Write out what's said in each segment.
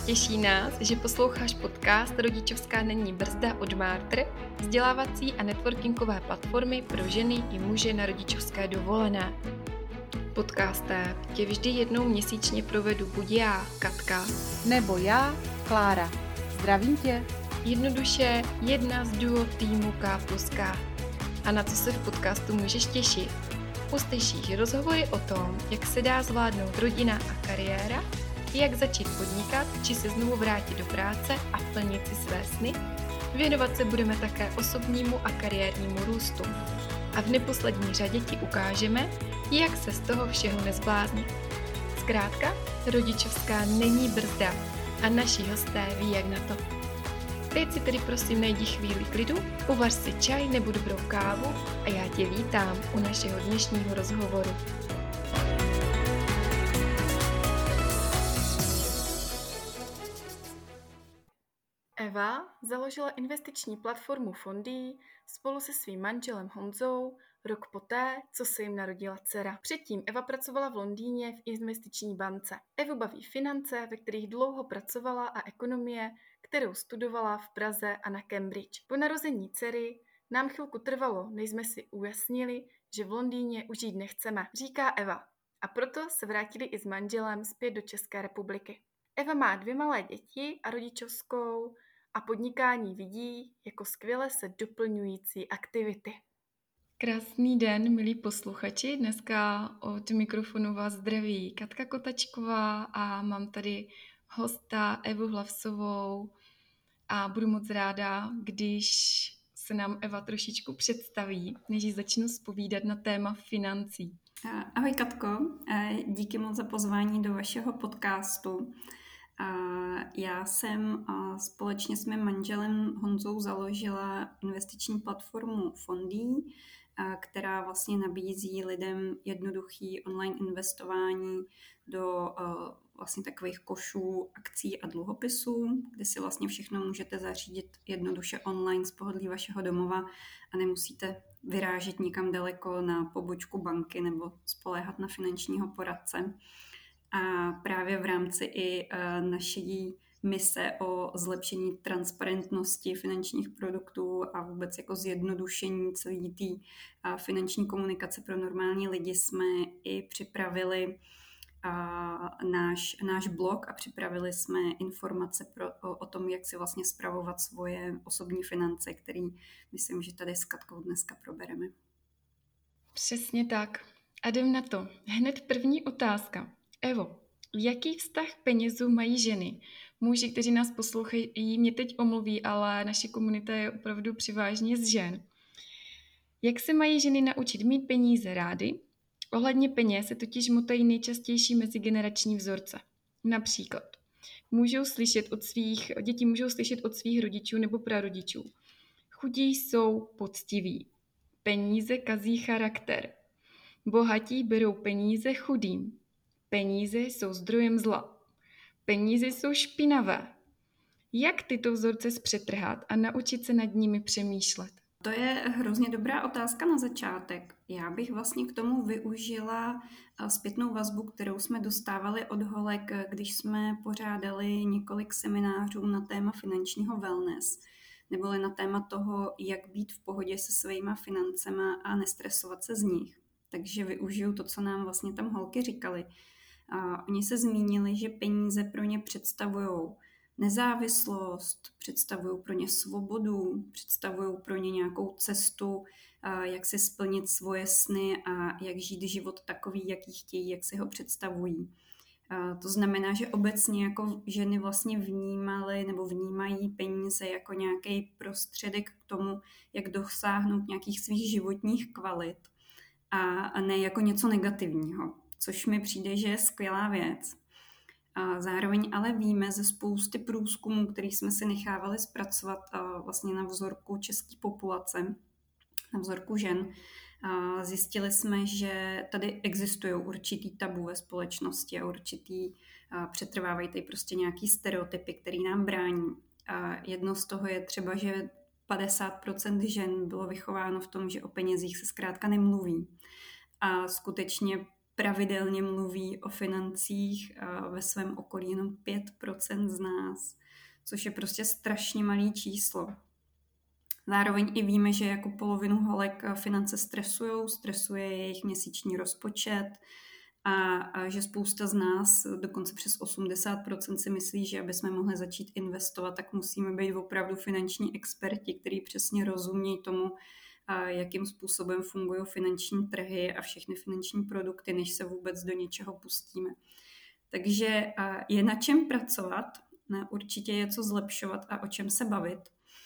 Těší nás, že posloucháš podcast Rodičovská není brzda od Mártr, vzdělávací a networkingové platformy pro ženy i muže na rodičovské dovolené. Podcastem tě vždy jednou měsíčně provedu buď já, Katka, nebo já, Klára. Zdravím tě. jednoduše jedna z duo týmu K+K. A na co se v podcastu můžeš těšit? Uslyšíš rozhovory o tom, jak se dá zvládnout rodina a kariéra, jak začít podnikat, či se znovu vrátit do práce a plnit si své sny. Věnovat se budeme také osobnímu a kariérnímu růstu. A v neposlední řadě ti ukážeme, jak se z toho všeho nezbláznit. Zkrátka, rodičovská není brzda a naši hosté ví, jak na to. Teď si tedy prosím najdi chvíli klidu, uvař si čaj nebo dobrou kávu a já tě vítám u našeho dnešního rozhovoru. Eva založila investiční platformu Fondy spolu se svým manželem Honzou rok poté, co se jim narodila dcera. Předtím Eva pracovala v Londýně v investiční bance. Evu baví finance, ve kterých dlouho pracovala, a ekonomie, kterou studovala v Praze a na Cambridge. Po narození dcery nám chvilku trvalo, než jsme si ujasnili, že v Londýně už jít nechceme, říká Eva. A proto se vrátili i s manželem zpět do České republiky. Eva má 2 malé děti a rodičovskou a podnikání vidí jako skvěle se doplňující aktivity. Krásný den, milí posluchači. Dneska od mikrofonu vás zdraví Katka Kotačková a mám tady hosta Evu Hlavsovou a budu moc ráda, když se nám Eva trošičku představí, než jí začnu zpovídat na téma financí. Ahoj Katko, díky moc za pozvání do vašeho podcastu. Já jsem společně s mým manželem Honzou založila investiční platformu Fondy, která vlastně nabízí lidem jednoduchý online investování do vlastně takových košů, akcí a dluhopisů, kde si vlastně všechno můžete zařídit jednoduše online z pohodlí vašeho domova a nemusíte vyrážet někam daleko na pobočku banky nebo spoléhat na finančního poradce. A právě v rámci i naší mise o zlepšení transparentnosti finančních produktů a vůbec jako zjednodušení celé té finanční komunikace pro normální lidi jsme i připravili náš blog a připravili jsme informace o tom, jak si vlastně spravovat svoje osobní finance, který myslím, že tady s Katkou dneska probereme. Přesně tak. A jdem na to. Hned první otázka. Evo, jaký vztah k penězům mají ženy? Muži, kteří nás poslouchají, mě teď omluví, ale naše komunita je opravdu převážně z žen. Jak se mají ženy naučit mít peníze rády? Ohledně peněz se totiž motají nejčastější mezigenerační vzorce. Například děti můžou slyšet od svých rodičů nebo prarodičů. Chudí jsou poctiví. Peníze kazí charakter. Bohatí berou peníze chudým. Peníze jsou zdrojem zla. Peníze jsou špinavé. Jak tyto vzorce zpřetrhat a naučit se nad nimi přemýšlet? To je hrozně dobrá otázka na začátek. Já bych vlastně k tomu využila zpětnou vazbu, kterou jsme dostávali od holek, když jsme pořádali několik seminářů na téma finančního wellness, neboli na téma toho, jak být v pohodě se svýma financema a nestresovat se z nich. Takže využiju to, co nám vlastně tam holky říkali. Oni se zmínili, že peníze pro ně představují nezávislost, představují pro ně svobodu, představují pro ně nějakou cestu, jak si splnit svoje sny a jak žít život takový, jaký chtějí, jak si ho představují. To znamená, že obecně jako ženy vlastně vnímaly nebo vnímají peníze jako nějaký prostředek k tomu, jak dosáhnout nějakých svých životních kvalit a ne jako něco negativního, což mi přijde, že je skvělá věc. A zároveň ale víme ze spousty průzkumů, který jsme si nechávali zpracovat vlastně na vzorku české populace, na vzorku žen, zjistili jsme, že tady existují určitý tabu ve společnosti a přetrvávají tady prostě nějaký stereotypy, které nám brání. Jedno z toho je třeba, že 50% žen bylo vychováno v tom, že o penězích se zkrátka nemluví. A skutečně pravidelně mluví o financích ve svém okolí jenom 5% z nás, což je prostě strašně malý číslo. Zároveň i víme, že jako polovinu holek finance stresuje jejich měsíční rozpočet a že spousta z nás, dokonce přes 80% si myslí, že aby jsme mohli začít investovat, tak musíme být opravdu finanční experti, kteří přesně rozumějí tomu, jakým způsobem fungují finanční trhy a všechny finanční produkty, než se vůbec do něčeho pustíme. Takže je na čem pracovat, určitě je co zlepšovat a o čem se bavit.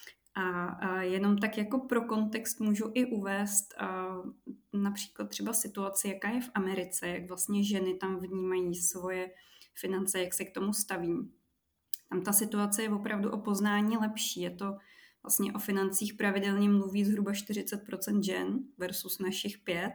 A jenom tak jako pro kontext můžu i uvést například třeba situaci, jaká je v Americe, jak vlastně ženy tam vnímají svoje finance, jak se k tomu staví. Tam ta situace je opravdu o poznání lepší. Je to vlastně o financích pravidelně mluví zhruba 40% žen versus našich 5%.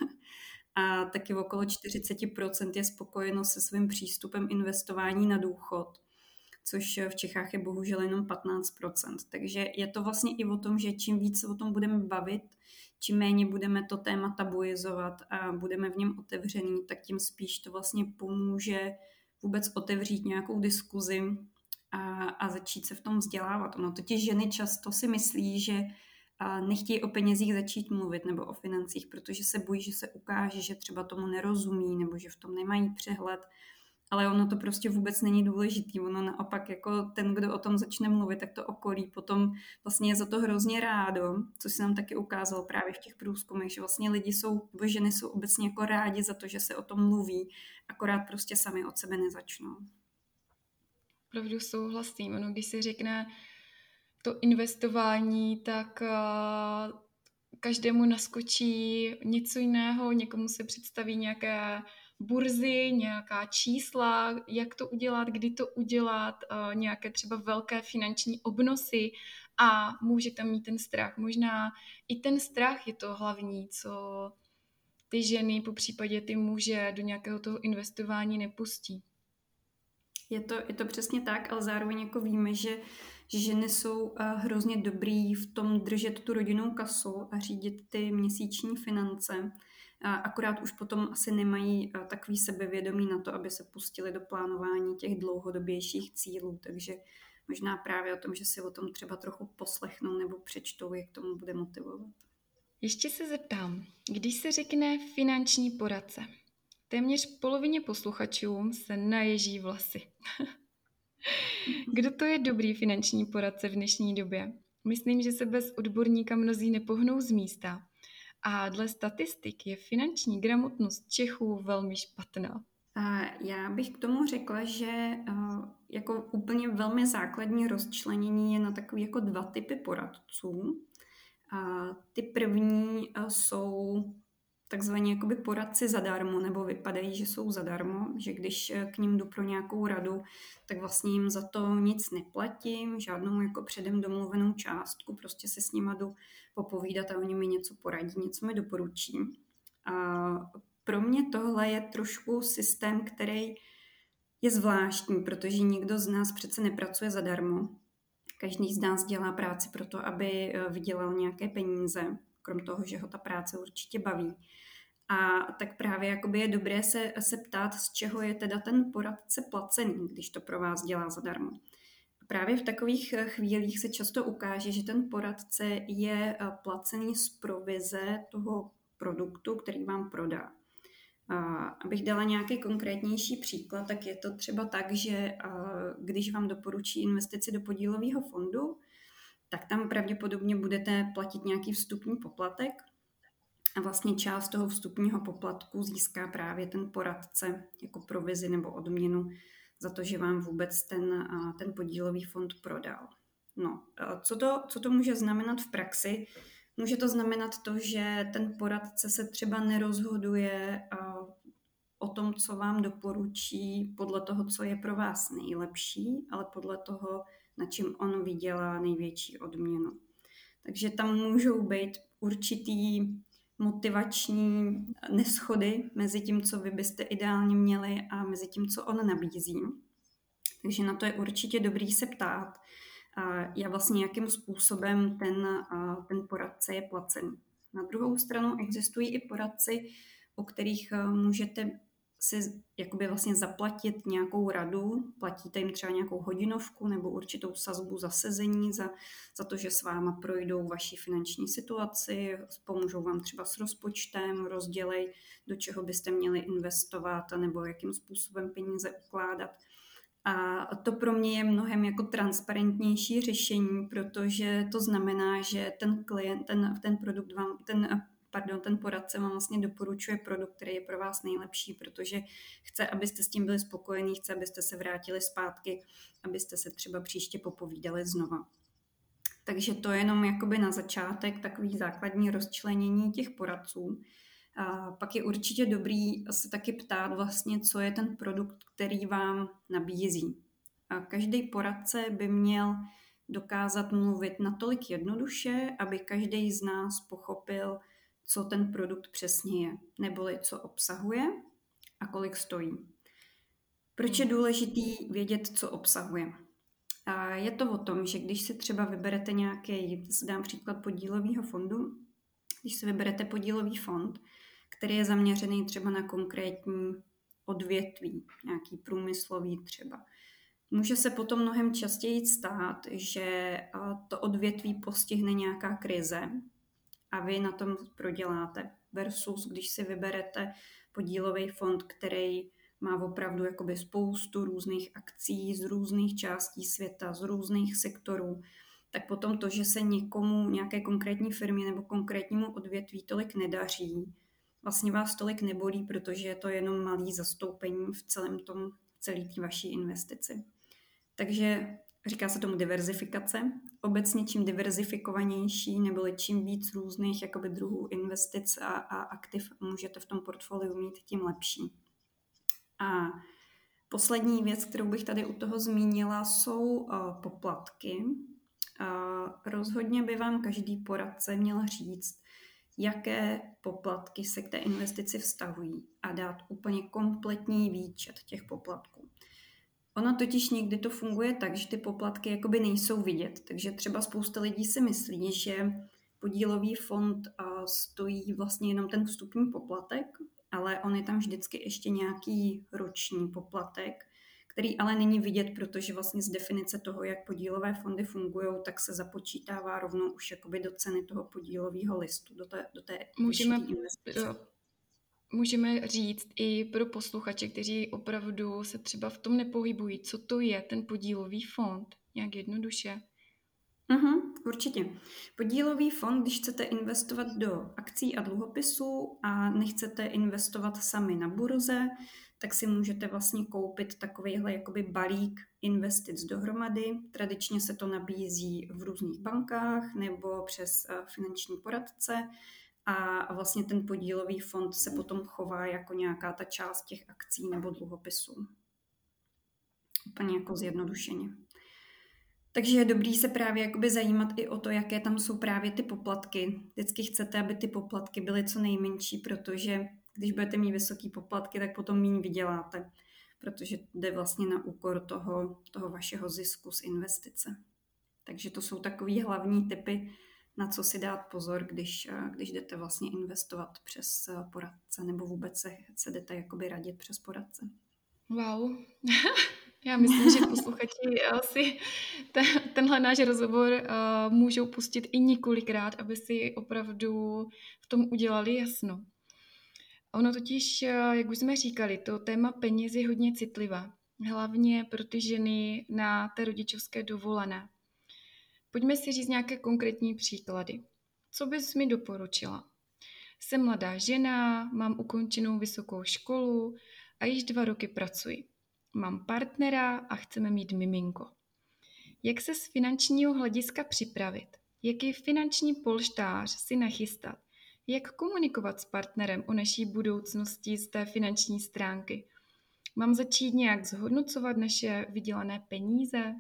A taky okolo 40% je spokojeno se svým přístupem investování na důchod, což v Čechách je bohužel jenom 15%. Takže je to vlastně i o tom, že čím víc se o tom budeme bavit, čím méně budeme to téma tabuizovat a budeme v něm otevřený, tak tím spíš to vlastně pomůže vůbec otevřít nějakou diskuzi a začít se v tom vzdělávat. Ono totiž ženy často si myslí, že nechtějí o penězích začít mluvit nebo o financích, protože se bojí, že se ukáže, že třeba tomu nerozumí nebo že v tom nemají přehled. Ale ono to prostě vůbec není důležitý. Ono naopak jako ten, kdo o tom začne mluvit, tak to okolí potom vlastně je za to hrozně rádo, což se nám taky ukázalo právě v těch průzkumech, že vlastně lidi jsou, nebo ženy jsou obecně jako rádi za to, že se o tom mluví, akorát prostě sami od sebe nezačnou. Opravdu souhlasím. Ono, když se řekne to investování, tak každému naskočí něco jiného, někomu se představí nějaké burzy, nějaká čísla, jak to udělat, kdy to udělat, nějaké třeba velké finanční obnosy a může tam mít ten strach. Možná i ten strach je to hlavní, co ty ženy, po případě ty muže do nějakého toho investování nepustí. Je to přesně tak, ale zároveň jako víme, že ženy jsou hrozně dobrý v tom držet tu rodinnou kasu a řídit ty měsíční finance. Akorát už potom asi nemají takový sebevědomí na to, aby se pustili do plánování těch dlouhodobějších cílů. Takže možná právě o tom, že si o tom třeba trochu poslechnou nebo přečtou, jak tomu bude motivovat. Ještě se zeptám, když se řekne finanční poradce, téměř polovině posluchačům se naježí vlasy. Kdo to je dobrý finanční poradce v dnešní době? Myslím, že se bez odborníka mnozí nepohnou z místa. A dle statistik je finanční gramotnost Čechů velmi špatná. Já bych k tomu řekla, že jako úplně velmi základní rozčlenění je na takový jako 2 typy poradců. Ty první jsou takzvaně jakoby poradci zadarmo, nebo vypadají, že jsou zadarmo, že když k ním jdu pro nějakou radu, tak vlastně jim za to nic neplatím, žádnou jako předem domluvenou částku, prostě se s nima jdu popovídat a oni mi něco poradí, něco mi doporučí. A pro mě tohle je trošku systém, který je zvláštní, protože nikdo z nás přece nepracuje zadarmo. Každý z nás dělá práci pro to, aby vydělal nějaké peníze, krom toho, že ho ta práce určitě baví. A tak právě jakoby je dobré se ptát, z čeho je teda ten poradce placený, když to pro vás dělá zadarmo. A právě v takových chvílích se často ukáže, že ten poradce je placený z provize toho produktu, který vám prodá. Abych dala nějaký konkrétnější příklad, tak je to třeba tak, že když vám doporučí investici do podílového fondu, tak tam pravděpodobně budete platit nějaký vstupní poplatek a vlastně část toho vstupního poplatku získá právě ten poradce jako provizi nebo odměnu za to, že vám vůbec ten podílový fond prodal. No, co to může znamenat v praxi? Může to znamenat to, že ten poradce se třeba nerozhoduje o tom, co vám doporučí podle toho, co je pro vás nejlepší, ale podle toho, na čem on vydělá největší odměnu. Takže tam můžou být určitý motivační neshody mezi tím, co vy byste ideálně měli a mezi tím, co on nabízí. Takže na to je určitě dobrý se ptát, jakým způsobem ten poradce je placený. Na druhou stranu existují i poradci o kterých můžete si jakoby vlastně zaplatit nějakou radu, platíte jim třeba nějakou hodinovku nebo určitou sazbu za sezení, za to, že s váma projdou vaši finanční situaci, pomůžou vám třeba s rozpočtem, rozdělej, do čeho byste měli investovat nebo jakým způsobem peníze ukládat. A to pro mě je mnohem jako transparentnější řešení, protože to znamená, že ten klient, ten produkt vám, ten poradce vám vlastně doporučuje produkt, který je pro vás nejlepší, protože chce, abyste s tím byli spokojení, chce, abyste se vrátili zpátky, abyste se třeba příště popovídali znova. Takže to je jenom jakoby na začátek takový základní rozčlenění těch poradců. A pak je určitě dobrý se taky ptát vlastně, co je ten produkt, který vám nabízí. A každý poradce by měl dokázat mluvit natolik jednoduše, aby každý z nás pochopil, co ten produkt přesně je, neboli co obsahuje a kolik stojí. Proč je důležitý vědět, co obsahuje? A je to o tom, že když si třeba vyberete nějaký, dám příklad podílového fondu, když si vyberete podílový fond, který je zaměřený třeba na konkrétní odvětví, nějaký průmyslový třeba, může se potom mnohem častěji stát, že to odvětví postihne nějaká krize a vy na tom proděláte. Versus, když si vyberete podílový fond, který má opravdu jakoby spoustu různých akcí z různých částí světa, z různých sektorů, tak potom to, že se někomu, nějaké konkrétní firmě nebo konkrétnímu odvětví tolik nedaří, vlastně vás tolik nebolí, protože je to jenom malý zastoupení v celé té vaší investici. Takže říká se tomu diverzifikace. Obecně čím diverzifikovanější nebo čím víc různých jakoby druhů investic a aktiv můžete v tom portfoliu mít, tím lepší. A poslední věc, kterou bych tady u toho zmínila, jsou poplatky. Rozhodně by vám každý poradce měl říct, jaké poplatky se k té investici vztahují a dát úplně kompletní výčet těch poplatků. Ono totiž někdy to funguje tak, že ty poplatky jakoby nejsou vidět, takže třeba spousta lidí si myslí, že podílový fond stojí vlastně jenom ten vstupní poplatek, ale on je tam vždycky ještě nějaký roční poplatek, který ale není vidět, protože vlastně z definice toho, jak podílové fondy fungují, tak se započítává rovnou už jakoby do ceny toho podílového listu, do té investice. Můžeme říct i pro posluchače, kteří opravdu se třeba v tom nepohybují, co to je ten podílový fond, nějak jednoduše. Určitě. Podílový fond, když chcete investovat do akcí a dluhopisů a nechcete investovat sami na burze, tak si můžete vlastně koupit takovejhle jakoby balík investic dohromady. Tradičně se to nabízí v různých bankách nebo přes finanční poradce a vlastně ten podílový fond se potom chová jako nějaká ta část těch akcí nebo dluhopisů. Úplně jako zjednodušeně. Takže je dobrý se právě jakoby zajímat i o to, jaké tam jsou právě ty poplatky. Vždycky chcete, aby ty poplatky byly co nejmenší, protože když budete mít vysoké poplatky, tak potom méně vyděláte, protože jde vlastně na úkor toho vašeho zisku z investice. Takže to jsou takový hlavní tipy, na co si dát pozor, když jdete vlastně investovat přes poradce nebo vůbec se jdete jakoby radit přes poradce. Wow. Já myslím, že posluchači si tenhle náš rozhovor můžou pustit i několikrát, aby si opravdu v tom udělali jasno. Ono totiž, jak už jsme říkali, to téma peněz je hodně citlivá. Hlavně pro ty ženy na té rodičovské dovolené. Pojďme si říct nějaké konkrétní příklady. Co bys mi doporučila? Jsem mladá žena, mám ukončenou vysokou školu a již 2 roky pracuji. Mám partnera a chceme mít miminko. Jak se z finančního hlediska připravit? Jaký finanční polštář si nachystat? Jak komunikovat s partnerem o naší budoucnosti z té finanční stránky? Mám začít nějak zhodnocovat naše vydělané peníze?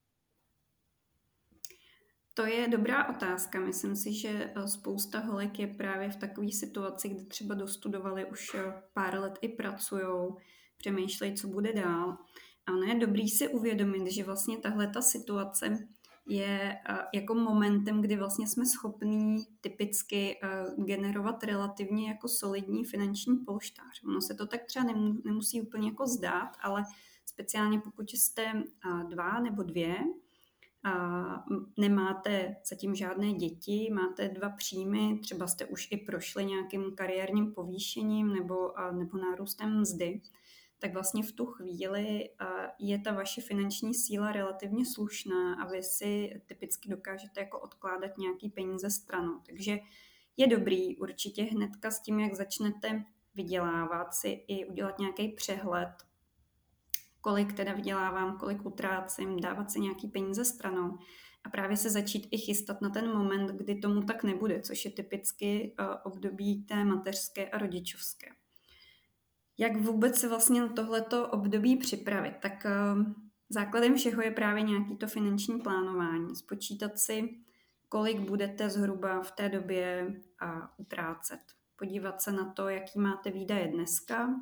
To je dobrá otázka. Myslím si, že spousta holek je právě v takové situaci, kdy třeba dostudovali už pár let i pracujou, přemýšlejí, co bude dál. A ono je dobrý si uvědomit, že vlastně tahle ta situace je jako momentem, kdy vlastně jsme schopní typicky generovat relativně jako solidní finanční polštář. Ono se to tak třeba nemusí úplně jako zdát, ale speciálně pokud jste 2 nebo 2, a nemáte zatím žádné děti, máte 2 příjmy, třeba jste už i prošli nějakým kariérním povýšením nebo nárůstem mzdy, tak vlastně v tu chvíli je ta vaše finanční síla relativně slušná a vy si typicky dokážete jako odkládat nějaký peníze stranou. Takže je dobrý určitě hnedka s tím, jak začnete vydělávat, si i udělat nějaký přehled, kolik teda vydělávám, kolik utrácím, dávat si nějaký peníze stranou a právě se začít i chystat na ten moment, kdy tomu tak nebude, což je typicky období té mateřské a rodičovské. Jak vůbec se vlastně na tohleto období připravit? Tak základem všeho je právě nějaký to finanční plánování. Spočítat si, kolik budete zhruba v té době utrácet. Podívat se na to, jaký máte výdaje dneska,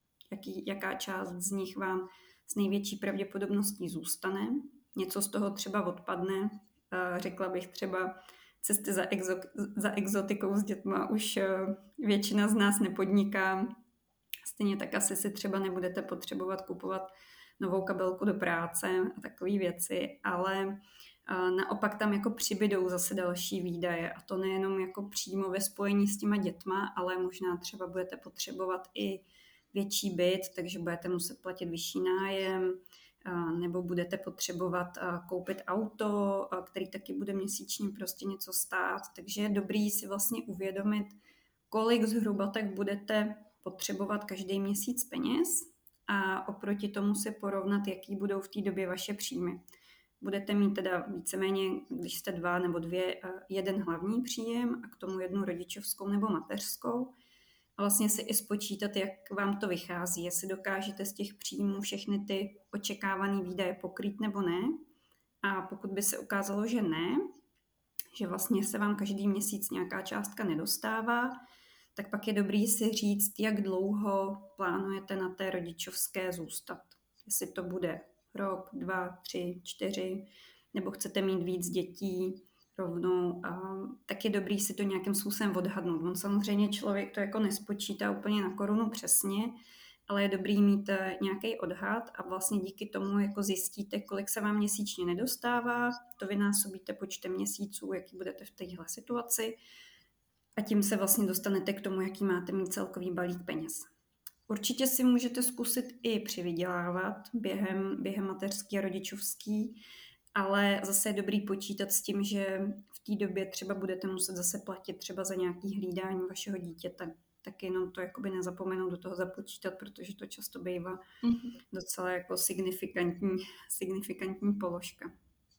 jaká část z nich vám s největší pravděpodobností zůstane. Něco z toho třeba odpadne. Řekla bych třeba cesty za exotikou s dětma už většina z nás nepodniká. Stejně tak asi si třeba nebudete potřebovat kupovat novou kabelku do práce a takové věci, ale naopak tam jako přibydou zase další výdaje a to nejenom jako přímo ve spojení s těma dětma, ale možná třeba budete potřebovat i větší byt, takže budete muset platit vyšší nájem, nebo budete potřebovat koupit auto, který taky bude měsíčně prostě něco stát, takže je dobrý si vlastně uvědomit, kolik zhruba tak budete potřebovat každý měsíc peněz a oproti tomu si porovnat, jaký budou v té době vaše příjmy. Budete mít teda víceméně, když jste 2 nebo 2, jeden hlavní příjem a k tomu jednu rodičovskou nebo mateřskou. A vlastně si i spočítat, jak vám to vychází, jestli dokážete z těch příjmů všechny ty očekávané výdaje pokrýt nebo ne. A pokud by se ukázalo, že ne, že vlastně se vám každý měsíc nějaká částka nedostává, tak pak je dobrý si říct, jak dlouho plánujete na té rodičovské zůstat. Jestli to bude rok, 2, 3, 4, nebo chcete mít víc dětí rovnou, tak je dobrý si to nějakým způsobem odhadnout. On samozřejmě člověk to jako nespočítá úplně na korunu přesně, ale je dobrý mít nějaký odhad a vlastně díky tomu jako zjistíte, kolik se vám měsíčně nedostává, to vynásobíte počtem měsíců, jaký budete v téhle situaci a tím se vlastně dostanete k tomu, jaký máte mít celkový balík peněz. Určitě si můžete zkusit i přivydělávat během mateřský a rodičovský, ale zase je dobrý počítat s tím, že v té době třeba budete muset zase platit třeba za nějaký hlídání vašeho dítěte. Tak jenom to jakoby nezapomenout do toho započítat, protože to často bývá docela jako signifikantní položka.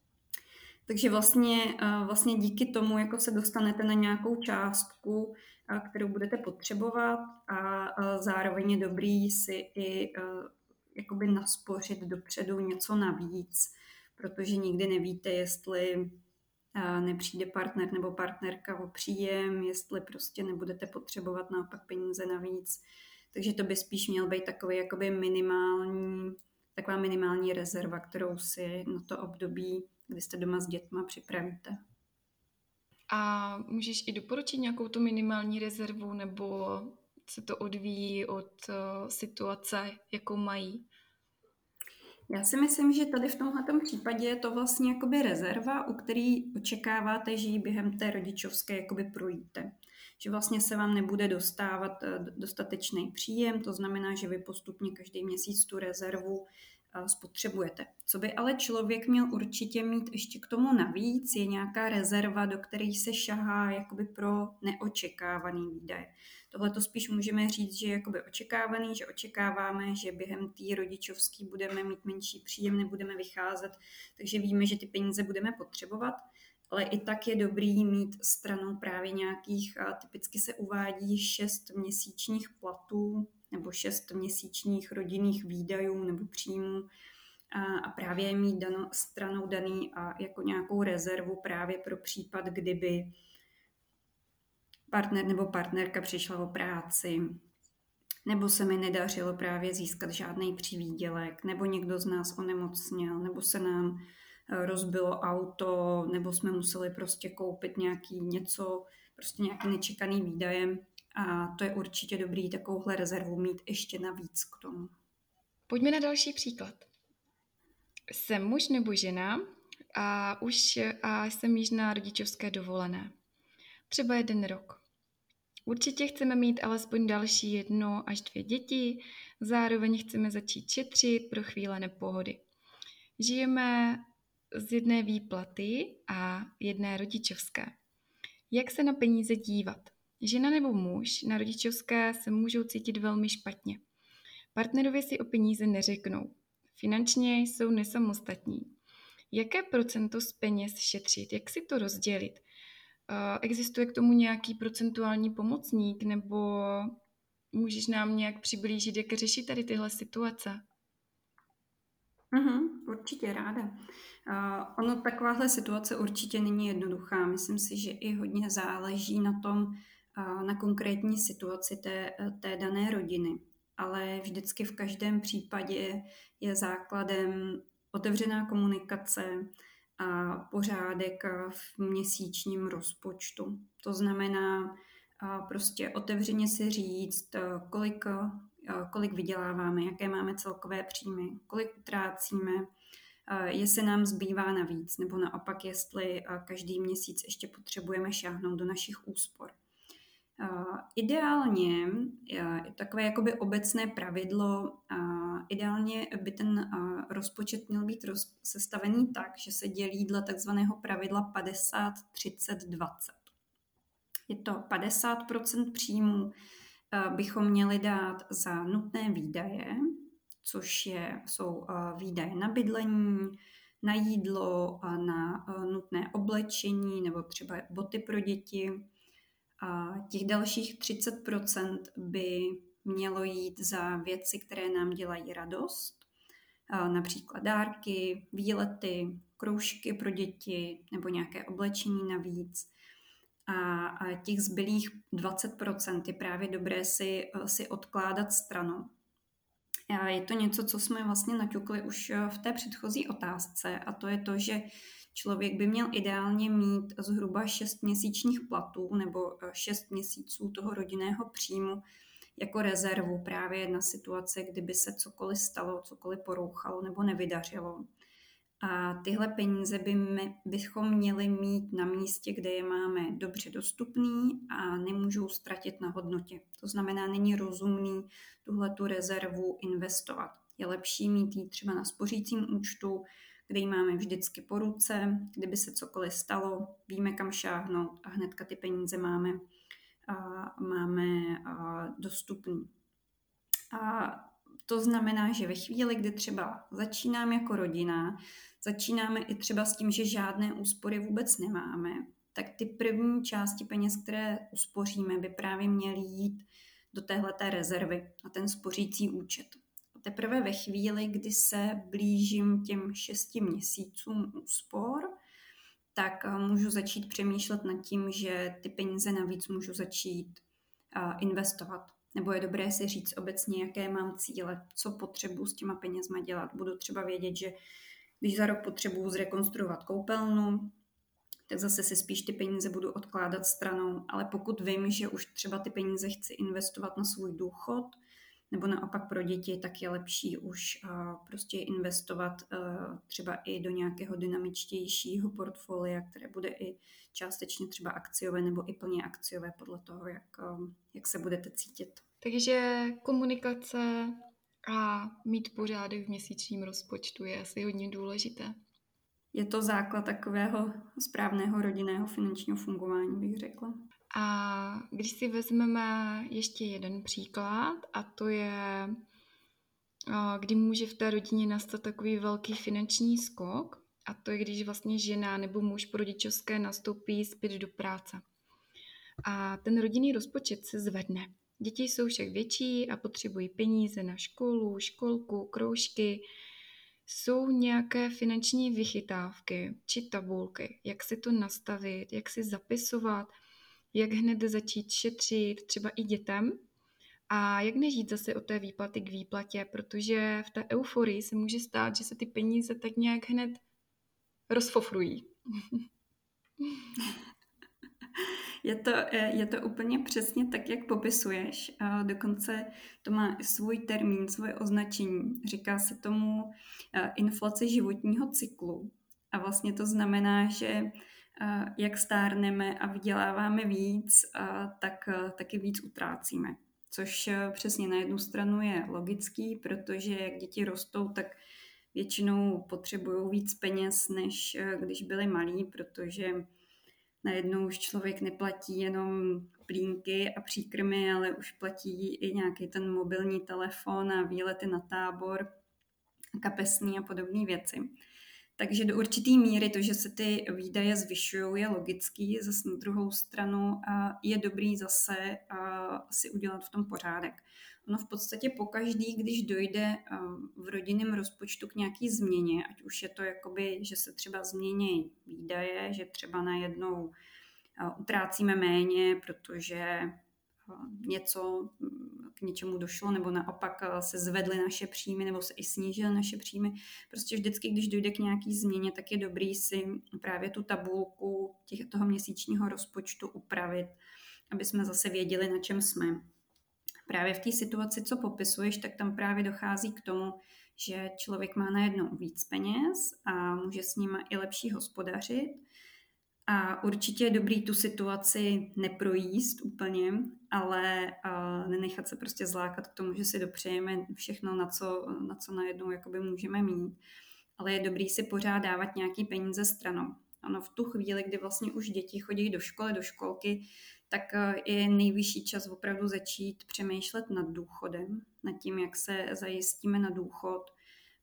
Takže vlastně díky tomu jako se dostanete na nějakou částku, kterou budete potřebovat a zároveň je dobrý si i jakoby naspořit dopředu něco navíc, protože nikdy nevíte, jestli nepřijde partner nebo partnerka o příjem, jestli prostě nebudete potřebovat naopak peníze navíc. Takže to by spíš měl být takový jakoby taková minimální rezerva, kterou si na to období, kdy jste doma s dětma, připravíte. A můžeš i doporučit nějakou tu minimální rezervu, nebo se to odvíjí od situace, jakou mají? Já si myslím, že tady v tomhletom případě je to vlastně jakoby rezerva, u který očekáváte, že ji během té rodičovské jakoby projíte. Že vlastně se vám nebude dostávat dostatečný příjem, to znamená, že vy postupně každý měsíc tu rezervu spotřebujete. Co by ale člověk měl určitě mít ještě k tomu navíc, je nějaká rezerva, do které se šahá jakoby pro neočekávaný výdaje. Tohle to spíš můžeme říct, že je jakoby očekávaný, že očekáváme, že během té rodičovské budeme mít menší příjem, nebudeme vycházet, takže víme, že ty peníze budeme potřebovat, ale i tak je dobrý mít stranou právě nějakých, typicky se uvádí 6 měsíčních platů nebo 6 měsíčních rodinných výdajů nebo příjmů a právě mít stranou daný a jako nějakou rezervu právě pro případ, kdyby partner nebo partnerka přišla o práci, nebo se mi nedařilo právě získat žádný přivýdělek, nebo někdo z nás onemocněl, nebo se nám rozbilo auto, nebo jsme museli prostě koupit nějaký nečekaný výdaje. A to je určitě dobrý takovouhle rezervu mít ještě navíc k tomu. Pojďme na další příklad. Jsem muž nebo žena a jsem již na rodičovské dovolené. Třeba 1 rok. Určitě chceme mít alespoň další 1 až 2 děti, zároveň chceme začít šetřit pro chvíle nepohody. Žijeme z jedné výplaty a jedné rodičovské. Jak se na peníze dívat? Žena nebo muž na rodičovské se můžou cítit velmi špatně. Partnerovi si o peníze neřeknou. Finančně jsou nesamostatní. Jaké procento z peněz šetřit? Jak si to rozdělit? Existuje k tomu nějaký procentuální pomocník, nebo můžeš nám nějak přiblížit, jak řešit tady tyhle situace? Určitě ráda. Ono takováhle situace určitě není jednoduchá. Myslím si, že i hodně záleží na tom, na konkrétní situaci té dané rodiny. Ale vždycky v každém případě je základem otevřená komunikace a pořádek v měsíčním rozpočtu. To znamená prostě otevřeně si říct, kolik vyděláváme, jaké máme celkové příjmy, kolik utrácíme, jestli nám zbývá navíc, nebo naopak, jestli každý měsíc ještě potřebujeme šáhnout do našich úspor. Ideálně, takové jakoby obecné pravidlo, ideálně by ten rozpočet měl být sestavený tak, že se dělí dle takzvaného pravidla 50-30-20. Je to 50% příjmů bychom měli dát za nutné výdaje, což jsou výdaje na bydlení, na jídlo, na nutné oblečení nebo třeba boty pro děti. A těch dalších 30% by mělo jít za věci, které nám dělají radost, například dárky, výlety, kroužky pro děti nebo nějaké oblečení navíc. A těch zbylých 20% je právě dobré si odkládat stranou. Je to něco, co jsme vlastně naťukli už v té předchozí otázce, a to je to, že člověk by měl ideálně mít zhruba 6 měsíčních platů nebo 6 měsíců toho rodinného příjmu jako rezervu právě na situace, kdyby se cokoliv stalo, cokoliv porouchalo nebo nevydařilo. A tyhle peníze bychom měli mít na místě, kde je máme dobře dostupný a nemůžou ztratit na hodnotě. To znamená, není rozumný tuhletu rezervu investovat. Je lepší mít ji třeba na spořícím účtu, kde ji máme vždycky po ruce, kdyby se cokoliv stalo, víme kam šáhnout a hnedka ty peníze máme dostupný. A to znamená, že ve chvíli, kdy třeba začínáme jako rodina, začínáme i třeba s tím, že žádné úspory vůbec nemáme, tak ty první části peněz, které uspoříme, by právě měly jít do téhleté rezervy, na ten spořící účet. A teprve ve chvíli, kdy se blížím těm 6 měsícům úspor, tak můžu začít přemýšlet nad tím, že ty peníze navíc můžu začít investovat. Nebo je dobré si říct obecně, jaké mám cíle, co potřebuji s těma penězma dělat. Budu třeba vědět, že když za rok potřebuji zrekonstruovat koupelnu, tak zase si spíš ty peníze budu odkládat stranou. Ale pokud vím, že už třeba ty peníze chci investovat na svůj důchod, nebo naopak pro děti, tak je lepší už prostě investovat třeba i do nějakého dynamičtějšího portfolia, které bude i částečně třeba akciové nebo i plně akciové podle toho, jak se budete cítit. Takže komunikace a mít pořádek v měsíčním rozpočtu je asi hodně důležité. Je to základ takového správného rodinného finančního fungování, bych řekla. A když si vezmeme ještě jeden příklad, a to je, kdy může v té rodině nastat takový velký finanční skok, a to je, když vlastně žena nebo muž po rodičovské nastoupí zpět do práce. A ten rodinný rozpočet se zvedne. Děti jsou však větší a potřebují peníze na školu, školku, kroužky. Jsou nějaké finanční vychytávky či tabulky, jak si to nastavit, jak si zapisovat, jak hned začít šetřit třeba i dětem a jak nežít zase od té výplaty k výplatě, protože v té euforii se může stát, že se ty peníze tak nějak hned rozfofrují. Je to úplně přesně tak, jak popisuješ. A dokonce to má i svůj termín, svoje označení. Říká se tomu inflace životního cyklu. A vlastně to znamená, že jak stárneme a vyděláváme víc, tak taky víc utrácíme. Což přesně na jednu stranu je logický, protože jak děti rostou, tak většinou potřebují víc peněz, než když byli malí, protože najednou už člověk neplatí jenom plínky a příkrmy, ale už platí i nějaký ten mobilní telefon a výlety na tábor, kapesní a podobné věci. Takže do určitý míry to, že se ty výdaje zvyšují, je logický. Zase na druhou stranu je dobrý zase si udělat v tom pořádek. Ono v podstatě pokaždý, když dojde v rodinném rozpočtu k nějaký změně, ať už je to jakoby, že se třeba změní výdaje, že třeba najednou utrácíme méně, protože něco k něčemu došlo, nebo naopak se zvedly naše příjmy, nebo se i snížily naše příjmy. Prostě vždycky, když dojde k nějaký změně, tak je dobrý si právě tu tabulku toho měsíčního rozpočtu upravit, aby jsme zase věděli, na čem jsme. Právě v té situaci, co popisuješ, tak tam právě dochází k tomu, že člověk má najednou víc peněz a může s nimi i lepší hospodařit. A určitě je dobrý tu situaci neprojíst úplně, ale nenechat se prostě zlákat k tomu, že si dopřejeme všechno, na co najednou jakoby můžeme mít. Ale je dobrý si pořád dávat nějaký peníze stranou. Ono v tu chvíli, kdy vlastně už děti chodí do školy, do školky, tak je nejvyšší čas opravdu začít přemýšlet nad důchodem, nad tím, jak se zajistíme na důchod.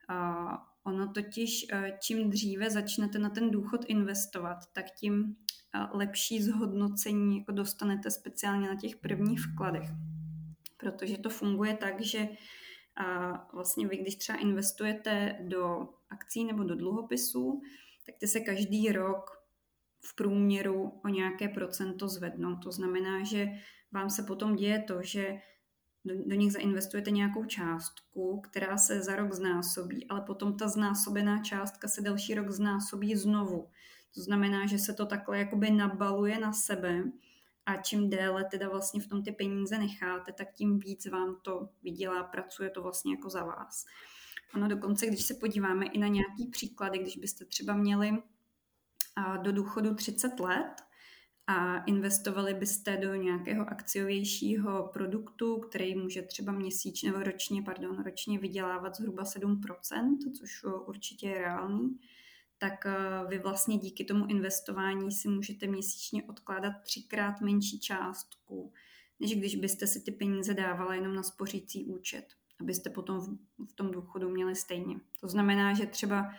Ono totiž, čím dříve začnete na ten důchod investovat, tak tím lepší zhodnocení jako dostanete speciálně na těch prvních vkladech. Protože to funguje tak, že vlastně vy, když třeba investujete do akcí nebo do dluhopisů, tak ty se každý rok v průměru o nějaké procento zvednou. To znamená, že vám se potom děje to, že do nich zainvestujete nějakou částku, která se za rok znásobí, ale potom ta znásobená částka se další rok znásobí znovu. To znamená, že se to takhle jakoby nabaluje na sebe a čím déle teda vlastně v tom ty peníze necháte, tak tím víc vám to vydělá, pracuje to vlastně jako za vás. Ono dokonce, když se podíváme i na nějaký příklady, když byste třeba měli do důchodu 30 let, a investovali byste do nějakého akciovějšího produktu, který může třeba měsíčně nebo ročně vydělávat zhruba 7%, což určitě je reálný, tak vy vlastně díky tomu investování si můžete měsíčně odkládat 3x menší částku, než když byste si ty peníze dávala jenom na spořící účet, abyste potom v tom důchodu měli stejně. To znamená, že třeba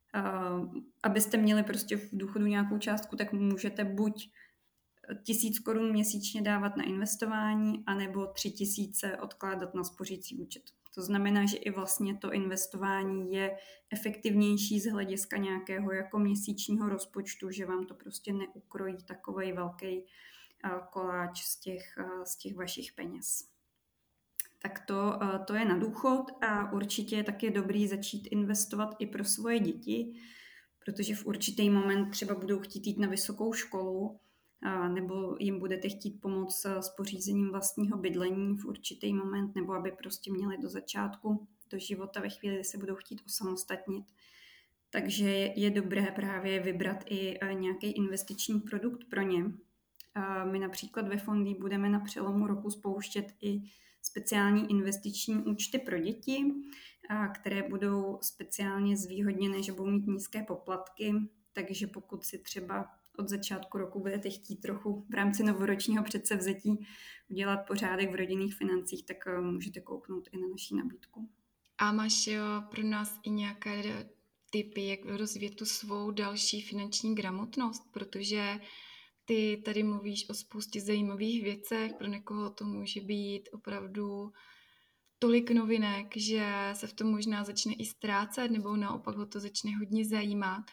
abyste měli prostě v důchodu nějakou částku, tak můžete buď 1000 korun měsíčně dávat na investování, anebo 3000 odkládat na spořící účet. To znamená, že i vlastně to investování je efektivnější z hlediska nějakého jako měsíčního rozpočtu, že vám to prostě neukrojí takovej velký koláč z těch vašich peněz. Tak to je na důchod a určitě je taky dobrý začít investovat i pro svoje děti, protože v určitý moment třeba budou chtít jít na vysokou školu, nebo jim budete chtít pomoct s pořízením vlastního bydlení v určitý moment, nebo aby prostě měli do začátku do života ve chvíli, kdy se budou chtít osamostatnit. Takže je dobré právě vybrat i nějaký investiční produkt pro ně. My například ve Fondii budeme na přelomu roku spouštět i speciální investiční účty pro děti, které budou speciálně zvýhodněné, že budou mít nízké poplatky, takže pokud si třeba od začátku roku budete chtít trochu v rámci novoročního předsevzetí udělat pořádek v rodinných financích, tak můžete kouknout i na naší nabídku. A máš pro nás i nějaké tipy, jak rozvíjet tu svou další finanční gramotnost, protože ty tady mluvíš o spoustě zajímavých věcech, pro někoho to může být opravdu tolik novinek, že se v tom možná začne i ztrácet, nebo naopak ho to začne hodně zajímat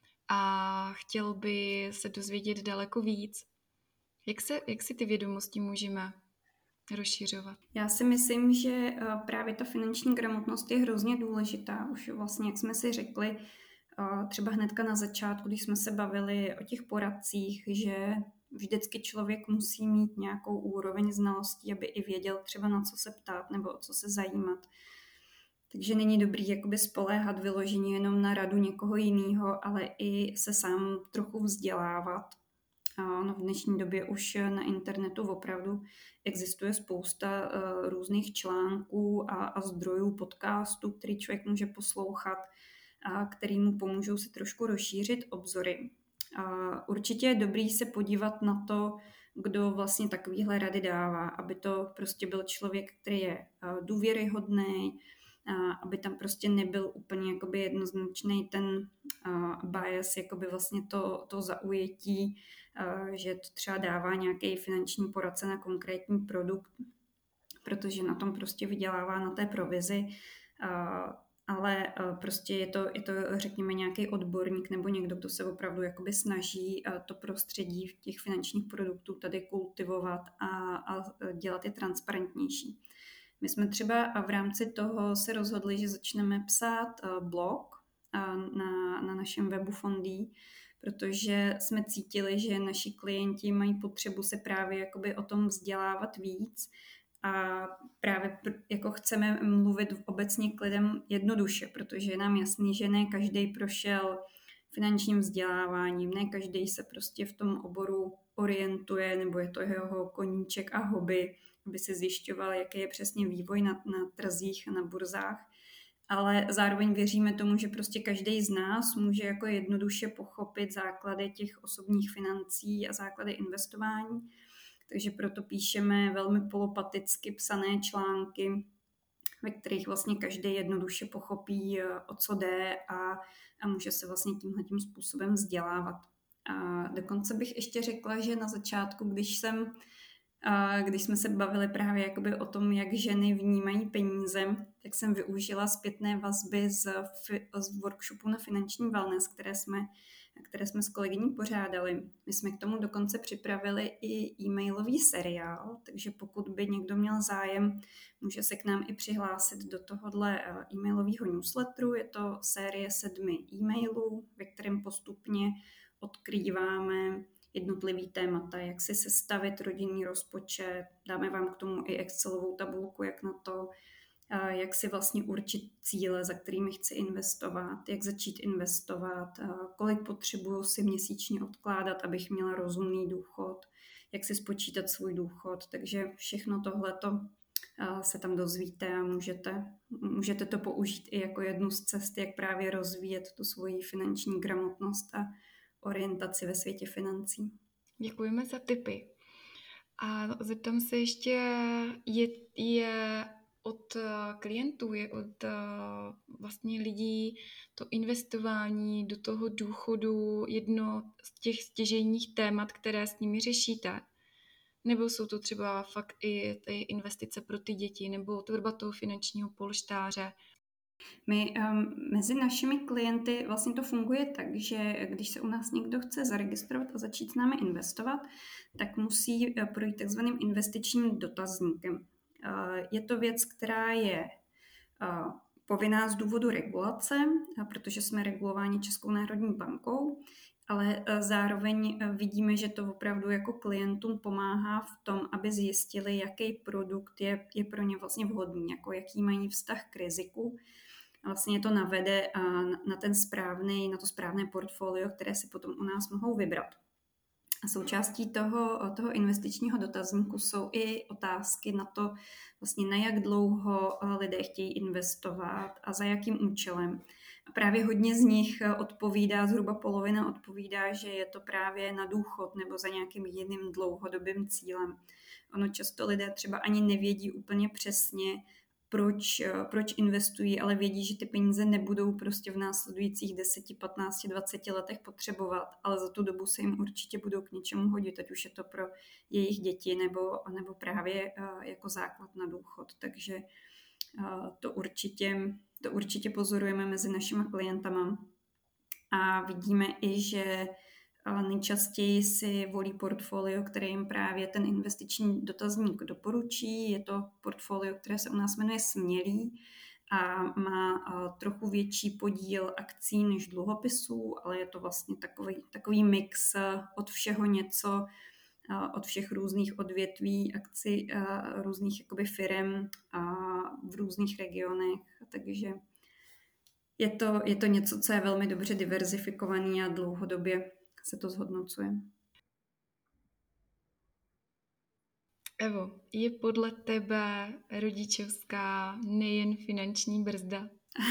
a chtěl by se dozvědět daleko víc. Jak si ty vědomosti můžeme rozšiřovat? Já si myslím, že právě ta finanční gramotnost je hrozně důležitá. Už vlastně, jak jsme si řekli, Třeba hnedka na začátku, když jsme se bavili o těch poradcích, že vždycky člověk musí mít nějakou úroveň znalostí, aby i věděl třeba na co se ptát nebo o co se zajímat. Takže není dobrý jakoby spoléhat vyloženě jenom na radu někoho jiného, ale i se sám trochu vzdělávat. No, v dnešní době už na internetu opravdu existuje spousta různých článků a zdrojů podcastů, který člověk může poslouchat, a který mu pomůžou si trošku rozšířit obzory. Určitě je dobrý se podívat na to, kdo vlastně takovýhle rady dává, aby to prostě byl člověk, který je důvěryhodný, aby tam prostě nebyl úplně jakoby jednoznačný ten bias, jakoby vlastně to zaujetí, že to třeba dává nějaký finanční poradce na konkrétní produkt, protože na tom prostě vydělává na té provizi, ale prostě je to řekněme nějaký odborník nebo někdo, kdo se opravdu jakoby snaží to prostředí v těch finančních produktů tady kultivovat a dělat je transparentnější. My jsme třeba v rámci toho se rozhodli, že začneme psát blog na našem webu Fondí, protože jsme cítili, že naši klienti mají potřebu se právě jakoby o tom vzdělávat víc a právě jako chceme mluvit obecně k lidem jednoduše, protože je nám jasný, že ne každý prošel finančním vzděláváním, ne každý se prostě v tom oboru orientuje, nebo je to jeho koníček a hobby, aby si zjišťoval, jaký je přesně vývoj na trzích a na burzách. Ale zároveň věříme tomu, že prostě každý z nás může jako jednoduše pochopit základy těch osobních financí a základy investování. Takže proto píšeme velmi polopaticky psané články, ve kterých vlastně každý jednoduše pochopí, o co jde a může se vlastně tímhletím způsobem vzdělávat. A dokonce bych ještě řekla, že na začátku, když jsme se bavili právě jakoby o tom, jak ženy vnímají peníze, tak jsem využila zpětné vazby z workshopu na finanční wellness, které jsme s kolegyní pořádali. My jsme k tomu dokonce připravili i e-mailový seriál, takže pokud by někdo měl zájem, může se k nám i přihlásit do tohohle e-mailového newsletteru. Je to série 7 e-mailů, ve kterém postupně odkrýváme jednotlivý témata, jak si sestavit rodinný rozpočet, dáme vám k tomu i Excelovou tabulku, jak na to, jak si vlastně určit cíle, za kterými chci investovat, jak začít investovat, kolik potřebuju si měsíčně odkládat, abych měla rozumný důchod, jak si spočítat svůj důchod. Takže všechno tohleto se tam dozvíte a můžete to použít i jako jednu z cest, jak právě rozvíjet tu svoji finanční gramotnost a orientaci ve světě financí. Děkujeme za tipy. A zeptám se ještě, je od klientů, je od vlastně lidí to investování do toho důchodu jedno z těch stěžejních témat, které s nimi řešíte? Nebo jsou to třeba fakt i ty investice pro ty děti nebo tvorba toho finančního polštáře? My mezi našimi klienty vlastně to funguje tak, že když se u nás někdo chce zaregistrovat a začít s námi investovat, tak musí projít takzvaným investičním dotazníkem. Je to věc, která je povinná z důvodu regulace, protože jsme regulováni Českou národní bankou, ale zároveň vidíme, že to opravdu jako klientům pomáhá v tom, aby zjistili, jaký produkt je pro ně vlastně vhodný, jako jaký mají vztah k riziku. Vlastně to navede na to správné portfolio, které si potom u nás mohou vybrat. A součástí toho investičního dotazníku jsou i otázky na to, vlastně na jak dlouho lidé chtějí investovat a za jakým účelem. A právě hodně z nich odpovídá, zhruba polovina odpovídá, že je to právě na důchod nebo za nějakým jiným dlouhodobým cílem. Ono často lidé třeba ani nevědí úplně přesně, proč investují, ale vědí, že ty peníze nebudou prostě v následujících 10, 15, 20 letech potřebovat, ale za tu dobu se jim určitě budou k něčemu hodit, ať už je to pro jejich děti nebo právě jako základ na důchod. Takže to určitě pozorujeme mezi našimi klientama a vidíme i, že nejčastěji si volí portfolio, které jim právě ten investiční dotazník doporučí. Je to portfolio, které se u nás jmenuje Smělý a má trochu větší podíl akcí než dluhopisů, ale je to vlastně takový mix od všeho něco, od všech různých odvětví akcí, různých jakoby firem v různých regionech, takže je to něco, co je velmi dobře diverzifikovaný a dlouhodobě se to zhodnocuje. Evo, je podle tebe rodičovská nejen finanční brzda?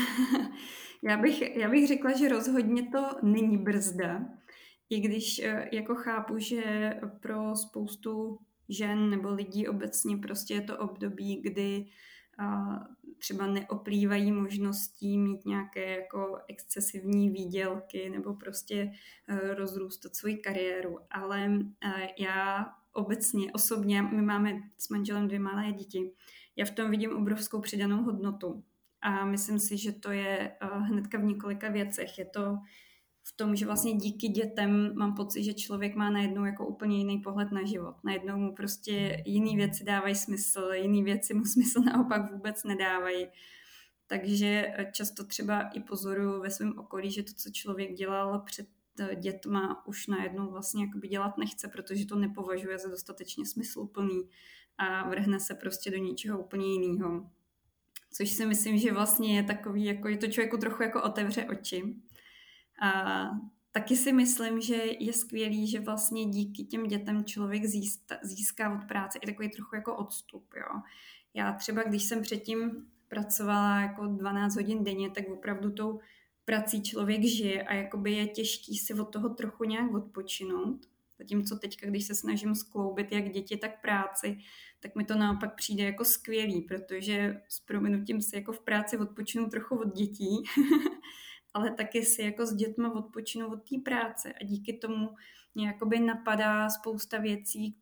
Já bych řekla, že rozhodně to není brzda, i když jako chápu, že pro spoustu žen nebo lidí obecně prostě je to období, kdy třeba neoplývají možností mít nějaké jako excesivní výdělky nebo prostě rozrůstat svoji kariéru. Ale já osobně, my máme s manželem 2 malé děti, já v tom vidím obrovskou přidanou hodnotu. A myslím si, že to je hnedka v několika věcech. Je to v tom, že vlastně díky dětem mám pocit, že člověk má najednou jako úplně jiný pohled na život. Najednou mu prostě jiný věci dávají smysl, jiný věci mu smysl naopak vůbec nedávají. Takže často třeba i pozoruju ve svém okolí, že to, co člověk dělal před dětma, už najednou vlastně jakoby dělat nechce, protože to nepovažuje za dostatečně smysluplný a vrhne se prostě do něčeho úplně jiného. Což si myslím, že vlastně je takový, jako je to člověku trochu jako otevře oči. A taky si myslím, že je skvělý, že vlastně díky těm dětem člověk získá od práce i takový trochu jako odstup. Jo. Já třeba, když jsem předtím pracovala jako 12 hodin denně, tak opravdu tou prací člověk žije a jakoby je těžký si od toho trochu nějak odpočinout. Zatímco teďka, když se snažím skloubit jak děti, tak práci, tak mi to naopak přijde jako skvělý, protože s prominutím si jako v práci odpočinu trochu od dětí, ale taky si jako s dětma odpočinu od té práce a díky tomu mě jakoby napadá spousta věcí,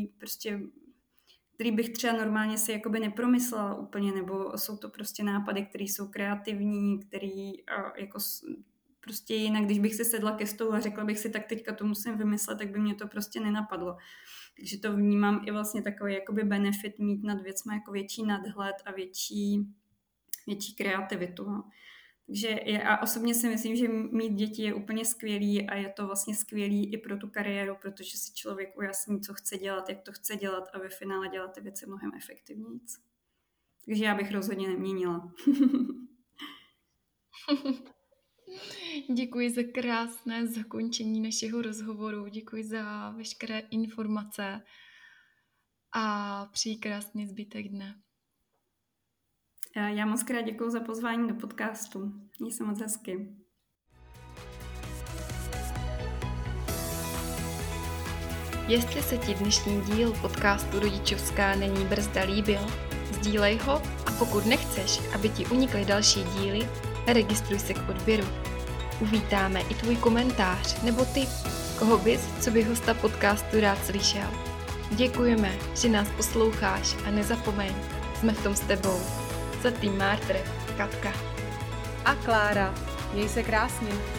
který bych třeba normálně si jakoby nepromyslela úplně, nebo jsou to prostě nápady, které jsou kreativní, který jako prostě jinak, když bych si sedla ke stolu a řekla bych si, tak teďka to musím vymyslet, tak by mě to prostě nenapadlo. Takže to vnímám i vlastně takový jakoby benefit mít nad věcmi jako větší nadhled a větší kreativitu. No. Takže já osobně si myslím, že mít děti je úplně skvělý a je to vlastně skvělý i pro tu kariéru, protože si člověk ujasní, co chce dělat, jak to chce dělat a ve finále dělat ty věci mnohem efektivněji. Takže já bych rozhodně neměnila. Děkuji za krásné zakončení našeho rozhovoru, děkuji za veškeré informace a přeji krásný zbytek dne. Já moc krát děkuji za pozvání do podcastu. Měj se moc hezky. Jestli se ti dnešní díl podcastu Rodičovská není brzda líbil, sdílej ho a pokud nechceš, aby ti unikly další díly, registruj se k odběru. Uvítáme i tvůj komentář nebo tip, koho bys, co by hosta podcastu rád slyšel. Děkujeme, že nás posloucháš a nezapomeň, jsme v tom s tebou. Za tým Martr, Katka a Klára. Měj se krásně.